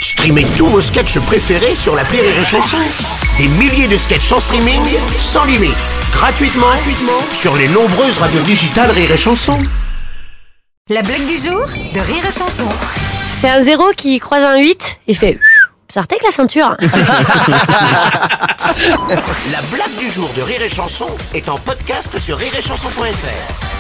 Streamez tous vos sketchs préférés sur l'appli Rire et Chanson. Des milliers de sketchs en streaming, sans limite, gratuitement sur les nombreuses radios digitales Rire et Chanson. La blague du jour de Rire et Chanson. C'est un 0 qui croise un 8 et fait sortez avec la ceinture. La blague du jour de Rire et Chanson est en podcast sur rireetchanson.fr.